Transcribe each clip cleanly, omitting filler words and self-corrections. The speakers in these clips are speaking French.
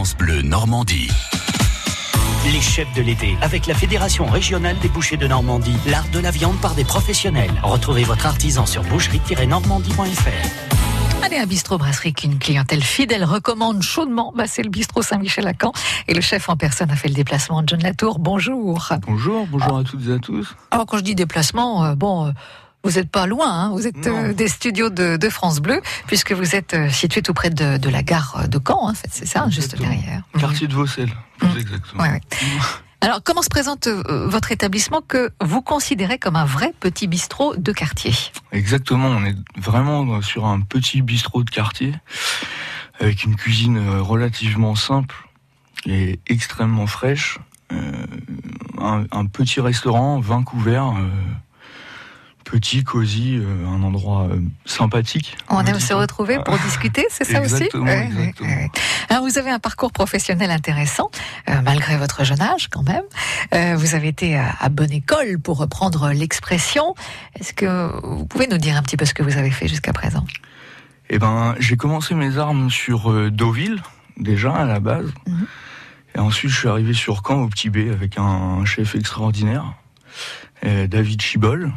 France Bleu Normandie. Les chefs de l'été, avec la Fédération régionale des bouchers de Normandie, l'art de la viande par des professionnels. Retrouvez votre artisan sur boucherie-normandie.fr. Allez, un bistrot-brasserie qu'une clientèle fidèle recommande chaudement, c'est le bistrot Saint-Michel-à-Caen. Et le chef en personne a fait le déplacement. John Latour, bonjour. Bonjour à toutes et à tous. Alors, quand je dis déplacement, vous n'êtes pas loin, vous êtes des studios de France Bleu, puisque vous êtes situé tout près de la gare de Caen, en fait, c'est ça, juste derrière. Quartier de Vaucelles, plus exactement. Ouais. Alors, comment se présente votre établissement que vous considérez comme un vrai petit bistrot de quartier ? Exactement, on est vraiment sur un petit bistrot de quartier, avec une cuisine relativement simple et extrêmement fraîche, un petit restaurant, 20 couverts, petit, cosy, un endroit sympathique. On aime se retrouver pour discuter, c'est ça exactement, aussi ? Exactement. Ouais. Alors, vous avez un parcours professionnel intéressant, malgré votre jeune âge quand même. Vous avez été à bonne école, pour reprendre l'expression. Est-ce que vous pouvez nous dire un petit peu ce que vous avez fait jusqu'à présent ? J'ai commencé mes armes sur Deauville, déjà, à la base. Mm-hmm. Et ensuite, je suis arrivé sur Caen, au Petit B, avec un chef extraordinaire, David Chibol.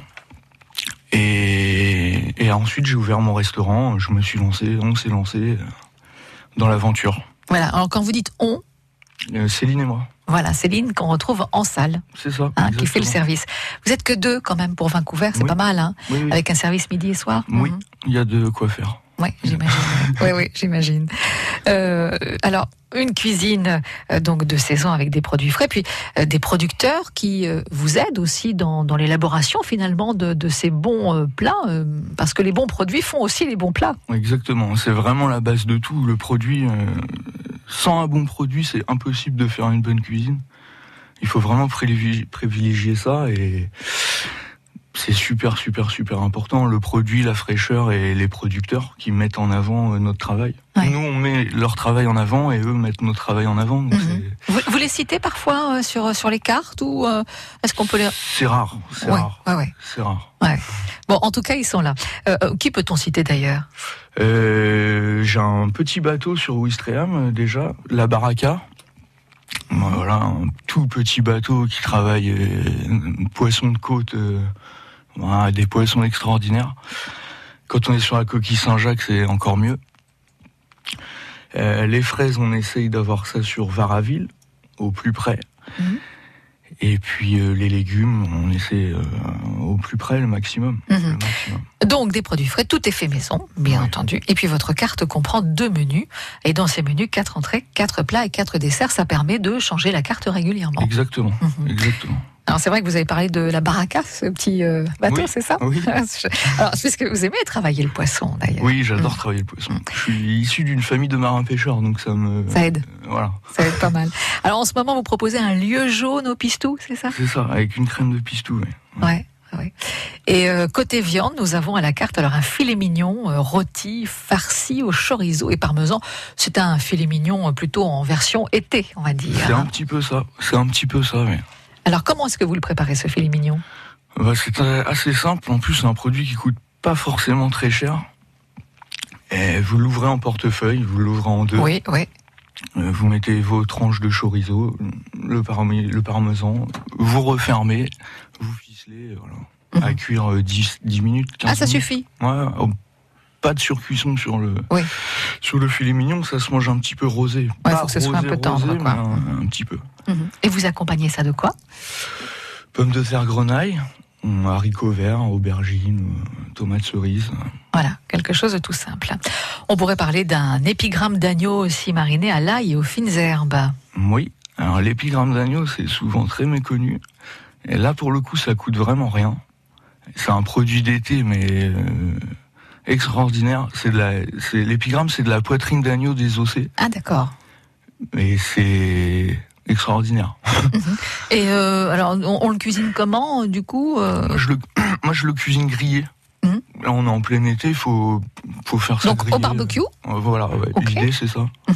Et ensuite, j'ai ouvert mon restaurant, on s'est lancé dans l'aventure. Voilà, alors quand vous dites on... Céline et moi. Voilà, Céline qu'on retrouve en salle. C'est ça, qui fait le service. Vous êtes que 2 quand même pour 20 couverts, c'est pas mal, oui. Avec un service midi et soir. Oui, il y a de quoi faire. Oui, j'imagine. oui, j'imagine. Alors, une cuisine donc de saison avec des produits frais, puis des producteurs qui vous aident aussi dans l'élaboration finalement de ces bons plats, parce que les bons produits font aussi les bons plats. Exactement, c'est vraiment la base de tout. Le produit, sans un bon produit, c'est impossible de faire une bonne cuisine. Il faut vraiment privilégier ça et... C'est super important, le produit, la fraîcheur et les producteurs qui mettent en avant notre travail. Ouais. Nous, on met leur travail en avant et eux mettent notre travail en avant. Donc vous les citez parfois sur les cartes ou est-ce qu'on peut les... C'est rare. C'est rare. Ouais. Bon, en tout cas, ils sont là. Qui peut-on citer d'ailleurs ? J'ai un petit bateau sur Ouistreham déjà, la Baraka. Voilà, un tout petit bateau qui travaille poisson de côte... des poissons extraordinaires. Quand on est sur la coquille Saint-Jacques, c'est encore mieux. Les fraises, on essaye d'avoir ça sur Varaville, au plus près. Mmh. Et puis les légumes, on essaie au plus près le maximum. Donc des produits frais, tout est fait maison, bien entendu. Et puis votre carte comprend 2 menus. Et dans ces menus, 4 entrées, 4 plats et 4 desserts. Ça permet de changer la carte régulièrement. Exactement, exactement. Alors c'est vrai que vous avez parlé de la Baraka, ce petit bateau, c'est ça ? Oui. Alors c'est parce que vous aimez travailler le poisson d'ailleurs. Oui, j'adore travailler le poisson. Je suis issu d'une famille de marins-pêcheurs, donc ça aide. Voilà. Ça aide pas mal. Alors en ce moment, vous proposez un lieu jaune au pistou, c'est ça ? C'est ça, avec une crème de pistou, oui. Ouais. Et côté viande, nous avons à la carte un filet mignon rôti, farci au chorizo et parmesan. C'est un filet mignon plutôt en version été, on va dire. C'est un petit peu ça, oui. Alors, comment est-ce que vous le préparez, ce filet mignon ? C'est assez simple. En plus, c'est un produit qui coûte pas forcément très cher. Et vous l'ouvrez en portefeuille, vous l'ouvrez en 2. Oui. Vous mettez vos tranches de chorizo, le parmesan, vous refermez, vous ficelez, voilà. À cuire 10 minutes, 15 minutes. Ça suffit ? Ouais, pas de surcuisson sur le filet mignon, ça se mange un petit peu rosé. Il faut que ce soit un peu tendre, quoi. Un petit peu. Et vous accompagnez ça de quoi ? Pommes de terre grenaille, haricots verts, aubergines, tomates cerises. Voilà, quelque chose de tout simple. On pourrait parler d'un épigramme d'agneau aussi mariné à l'ail et aux fines herbes. Oui, alors l'épigramme d'agneau, c'est souvent très méconnu. Et là, pour le coup, ça coûte vraiment rien. C'est un produit d'été, mais extraordinaire. L'épigramme, c'est de la poitrine d'agneau désossée. Ah, d'accord. Et c'est extraordinaire. Et alors, on le cuisine comment, du coup Moi, je le cuisine grillé. Là, on est en plein été, il faut faire ça donc grillé. Au barbecue. Voilà, okay. L'idée, c'est ça.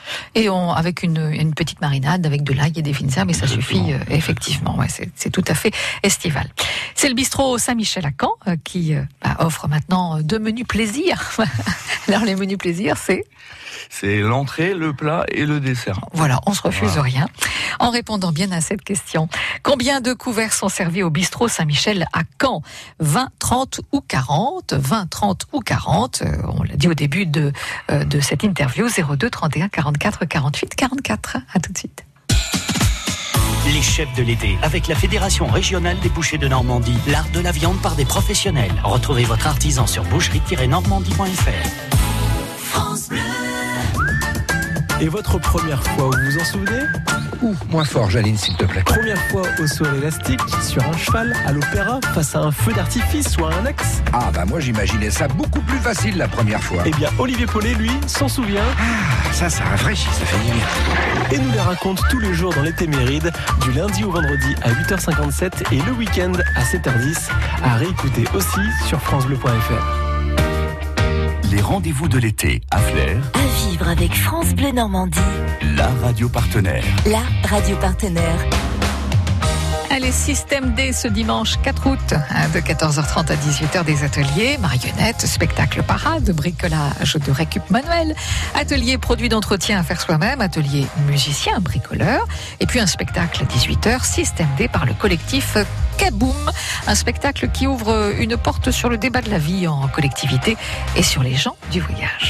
Et avec une petite marinade avec de l'ail et des fines herbes, et ça suffit effectivement. Ouais, c'est tout à fait estival. C'est le bistrot Saint-Michel à Caen qui offre maintenant 2 menus plaisir. Alors les menus plaisir, c'est l'entrée, le plat et le dessert. Voilà, on se refuse rien. En répondant bien à cette question, combien de couverts sont servis au bistrot Saint-Michel à Caen? 20, 30 ou 40? 20, 30 ou 40? On l'a dit au début de cette interview. 02 31 44 48 44. À tout de suite. Les chefs de l'été, avec la Fédération régionale des bouchers de Normandie, l'art de la viande par des professionnels. Retrouvez votre artisan sur boucherie-normandie.fr. France Bleu. Et votre première fois, vous vous en souvenez? Moins fort, Jaline, s'il te plaît. Première fois au saut élastique, sur un cheval, à l'opéra, face à un feu d'artifice ou à un axe? Ah bah moi j'imaginais ça beaucoup plus facile la première fois. Eh bien, Olivier Paulet, lui, s'en souvient. Ah, ça rafraîchit, ça fait du bien. Et nous les raconte tous les jours dans l'éphéméride, du lundi au vendredi à 8h57 et le week-end à 7h10, à réécouter aussi sur francebleu.fr. Les rendez-vous de l'été à Flers. À vivre avec France Bleu Normandie. La radio partenaire. La radio partenaire. Allez, Système D ce dimanche 4 août, de 14h30 à 18h, des ateliers, marionnettes, spectacle parade, bricolage de récup manuel, atelier produits d'entretien à faire soi-même, atelier musicien, bricoleur, et puis un spectacle à 18h, Système D par le collectif Kaboom, un spectacle qui ouvre une porte sur le débat de la vie en collectivité et sur les gens du voyage.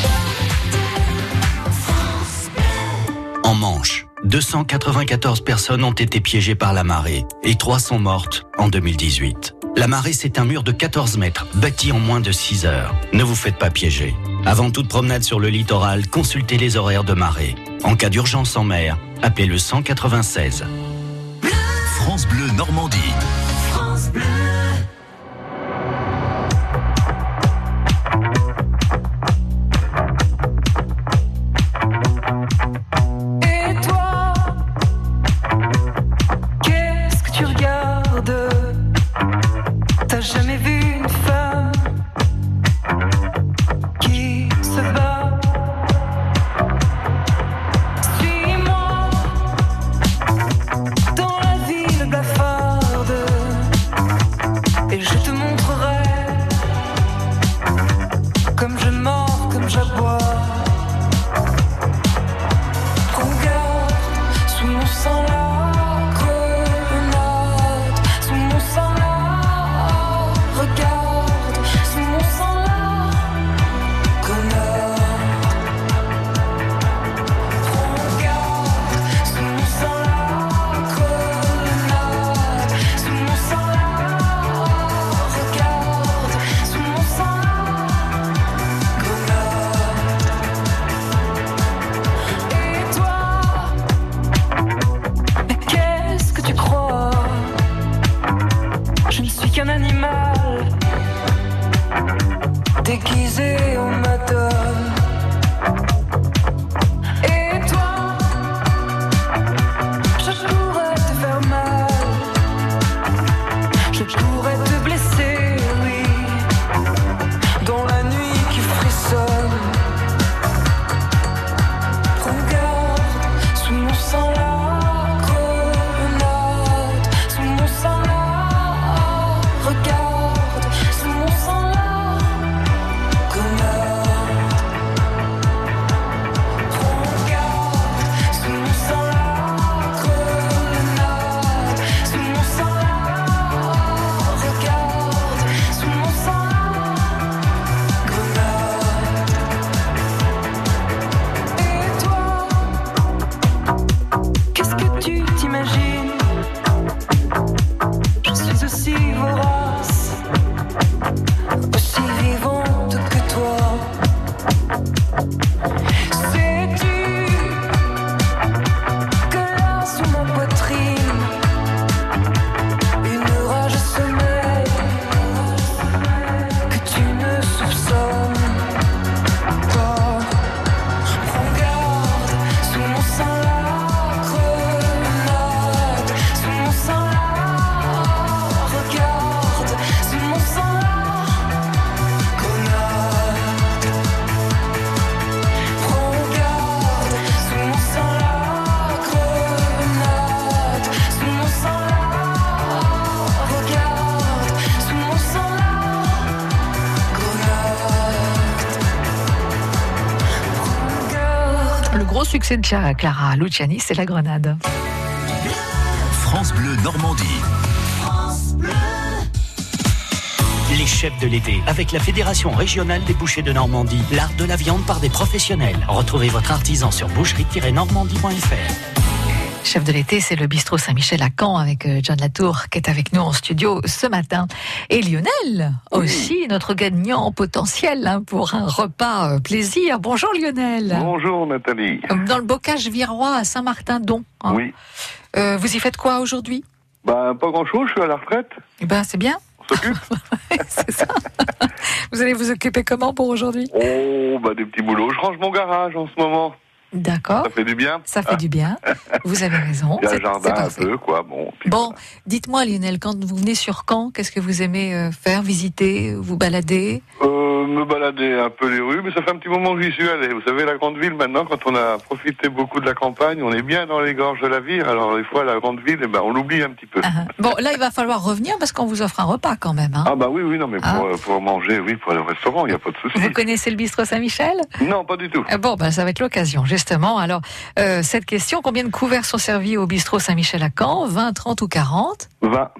En Manche, 294 personnes ont été piégées par la marée et 3 sont mortes en 2018. La marée, c'est un mur de 14 mètres, bâti en moins de 6 heures. Ne vous faites pas piéger. Avant toute promenade sur le littoral, consultez les horaires de marée. En cas d'urgence en mer, appelez le 196. France Bleu Normandie. France Bleu. Jamais vu une femme qui se bat. Suis-moi dans la ville blafarde. gros succès de Clara Luciani, c'est la grenade. France Bleu Normandie. Les chefs de l'été, avec la Fédération régionale des bouchers de Normandie, l'art de la viande par des professionnels. Retrouvez votre artisan sur boucherie-normandie.fr. Chef de l'été, c'est le bistrot Saint-Michel à Caen avec John Latour qui est avec nous en studio ce matin. Et Lionel, aussi notre gagnant potentiel pour un repas plaisir. Bonjour Lionel. Bonjour Nathalie. Dans le bocage virois à Saint-Martin-Don. Hein. Oui. Vous y faites quoi aujourd'hui? Pas grand-chose, je suis à la retraite. Eh ben, c'est bien. On s'occupe. C'est ça. Vous allez vous occuper comment pour aujourd'hui? Oh, des petits boulots. Je range mon garage en ce moment. D'accord. Ça fait du bien. Ça fait du bien. Vous avez raison. Il y a un jardin un peu, quoi. Bon, dites-moi Lionel, quand vous venez sur Caen, qu'est-ce que vous aimez faire, visiter, vous balader? Me balader un peu les rues, mais ça fait un petit moment que j'y suis allé. Vous savez, la grande ville, maintenant, quand on a profité beaucoup de la campagne, on est bien dans les gorges de la ville. Alors, des fois, la grande ville, on l'oublie un petit peu. Bon, là, il va falloir revenir parce qu'on vous offre un repas quand même. Hein. Ah oui, non, mais pour manger, oui, pour aller au restaurant, il n'y a pas de souci. Vous connaissez le bistrot Saint-Michel? Non, pas du tout. Bon, ça va être l'occasion, justement. Alors, cette question, combien de couverts sont servis au bistrot Saint-Michel à Caen? 20, 30 ou 40? 20.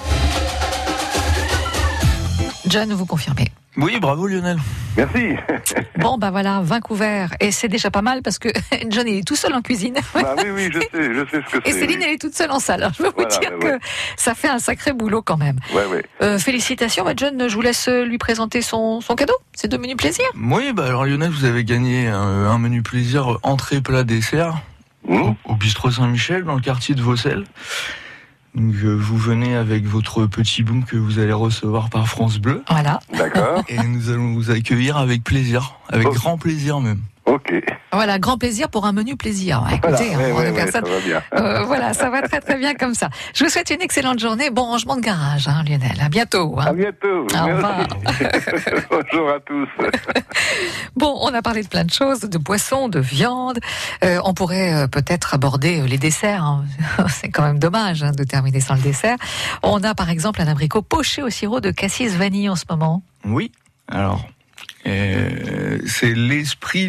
John, vous confirmez? Oui, bravo Lionel. Merci. Bon, voilà, 20 couverts. Et c'est déjà pas mal parce que John il est tout seul en cuisine. Oui, je sais ce que c'est. Et Céline, elle est toute seule en salle. Alors, je veux vous dire que ça fait un sacré boulot quand même. Félicitations, John, je vous laisse lui présenter son cadeau. C'est de menu plaisir. Oui, alors Lionel, vous avez gagné un menu plaisir entrée, plat, dessert au bistrot Saint-Michel dans le quartier de Vaucelles. Donc, vous venez avec votre petit bon que vous allez recevoir par France Bleu. Voilà. D'accord. Et nous allons vous accueillir avec plaisir, avec grand plaisir même. Ok. Voilà, grand plaisir pour un menu plaisir. Écoutez, ça va bien. Voilà, ça va très très bien comme ça. Je vous souhaite une excellente journée. Bon rangement de garage, Lionel. À bientôt. À bientôt. Au revoir. Bonjour à tous. Bon, on a parlé de plein de choses, de poissons, de viande. On pourrait peut-être aborder les desserts. Hein. C'est quand même dommage de terminer sans le dessert. On a par exemple un abricot poché au sirop de cassis vanille en ce moment. Oui, alors... c'est l'esprit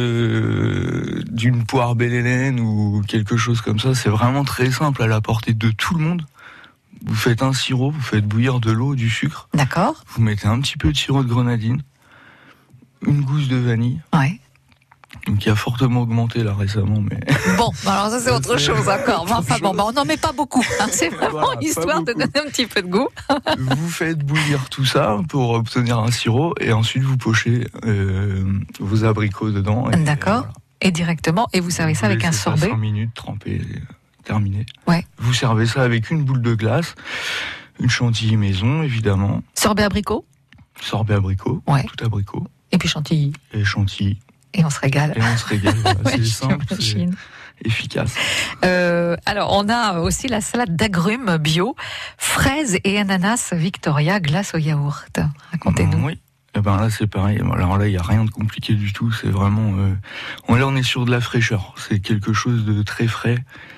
d'une poire belle Hélène ou quelque chose comme ça. C'est vraiment très simple, à la portée de tout le monde. Vous faites un sirop, vous faites bouillir de l'eau, du sucre. D'accord. Vous mettez un petit peu de sirop de grenadine, une gousse de vanille. Ouais. Donc qui a fortement augmenté là récemment, mais... Bon, alors ça c'est autre chose encore. On n'en met pas beaucoup. Hein. C'est vraiment histoire de donner un petit peu de goût. Vous faites bouillir tout ça pour obtenir un sirop et ensuite vous pochez vos abricots dedans. D'accord. Voilà. Et directement, et vous servez ça avec un sorbet. 5 minutes, trempé, terminé. Ouais. Vous servez ça avec une boule de glace, une chantilly maison évidemment. Sorbet abricot. Sorbet abricot. Ouais. Tout abricot. Et puis chantilly. Et chantilly. Et on se régale. Voilà. C'est simple, c'est efficace. Alors, on a aussi la salade d'agrumes bio, fraises et ananas Victoria, glace au yaourt. Racontez-nous. Oui. Là, c'est pareil. Alors là, il n'y a rien de compliqué du tout. C'est vraiment... Là, on est sur de la fraîcheur. C'est quelque chose de très frais.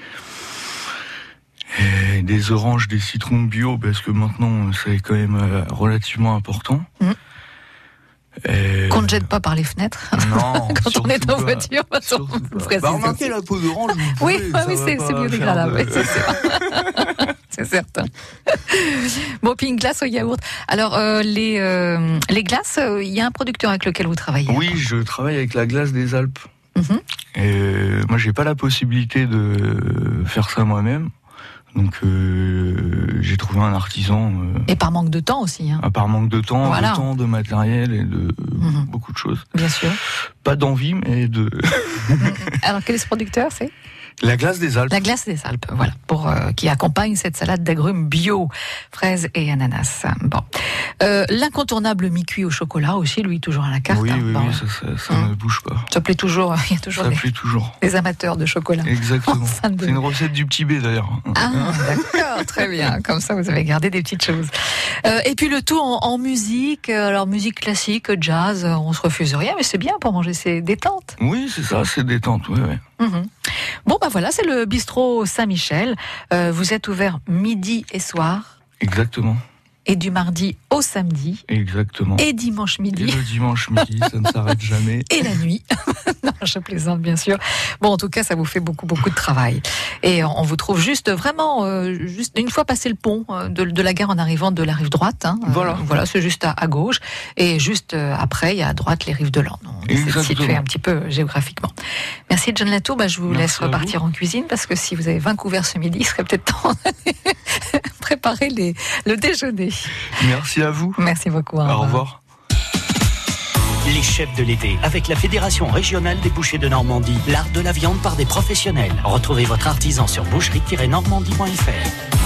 Et des oranges, des citrons bio, parce que maintenant, c'est quand même relativement important. Qu'on ne jette pas par les fenêtres. Non. Quand on est en voiture, remarquez la peau d'orange. Oui, c'est biodégradable. C'est certain. Bon, puis une glace au yaourt. Alors, les glaces, il y a un producteur avec lequel vous travaillez. Oui, je travaille avec la glace des Alpes. Et moi, j'ai pas la possibilité de faire ça moi-même. Donc j'ai trouvé un artisan. Et par manque de temps aussi. Hein. Par manque de temps, voilà. de matériel et de beaucoup de choses. Bien sûr. Pas d'envie, mais de... Alors quel est ce producteur, c'est ? La glace des Alpes. La glace des Alpes, voilà, pour qui accompagne cette salade d'agrumes bio, fraises et ananas. Bon, l'incontournable mi-cuit au chocolat aussi, lui toujours à la carte. Oui, ça ne bouge pas. Ça plaît toujours. Il y a toujours des amateurs de chocolat. Exactement. C'est une recette du petit B d'ailleurs. Ah, d'accord, très bien. Comme ça, vous avez gardé des petites choses. Et puis le tout en musique. Alors musique classique, jazz, on se refuse rien, mais c'est bien pour manger, c'est détente. Oui, c'est ça, c'est détente. Ouais. Bon, voilà, c'est le bistrot Saint-Michel. Vous êtes ouvert midi et soir. Exactement. Et du mardi au samedi. Exactement. Et dimanche midi. Et le dimanche midi, ça ne s'arrête jamais. Et la nuit. Non, je plaisante bien sûr. Bon, en tout cas, ça vous fait beaucoup de travail. Et on vous trouve juste vraiment, juste une fois passé le pont de la gare en arrivant de la rive droite. Hein, voilà, c'est juste à gauche. Et juste après, il y a à droite les rives de l'Orne. On essaie de situer un petit peu géographiquement. Merci John Latour. Je vous laisse repartir en cuisine parce que si vous avez 20 couverts ce midi, il serait peut-être temps de préparer le déjeuner. Merci à vous. Merci beaucoup. Au revoir. Les chefs de l'été, avec la Fédération régionale des bouchers de Normandie, l'art de la viande par des professionnels. Retrouvez votre artisan sur boucherie-normandie.fr.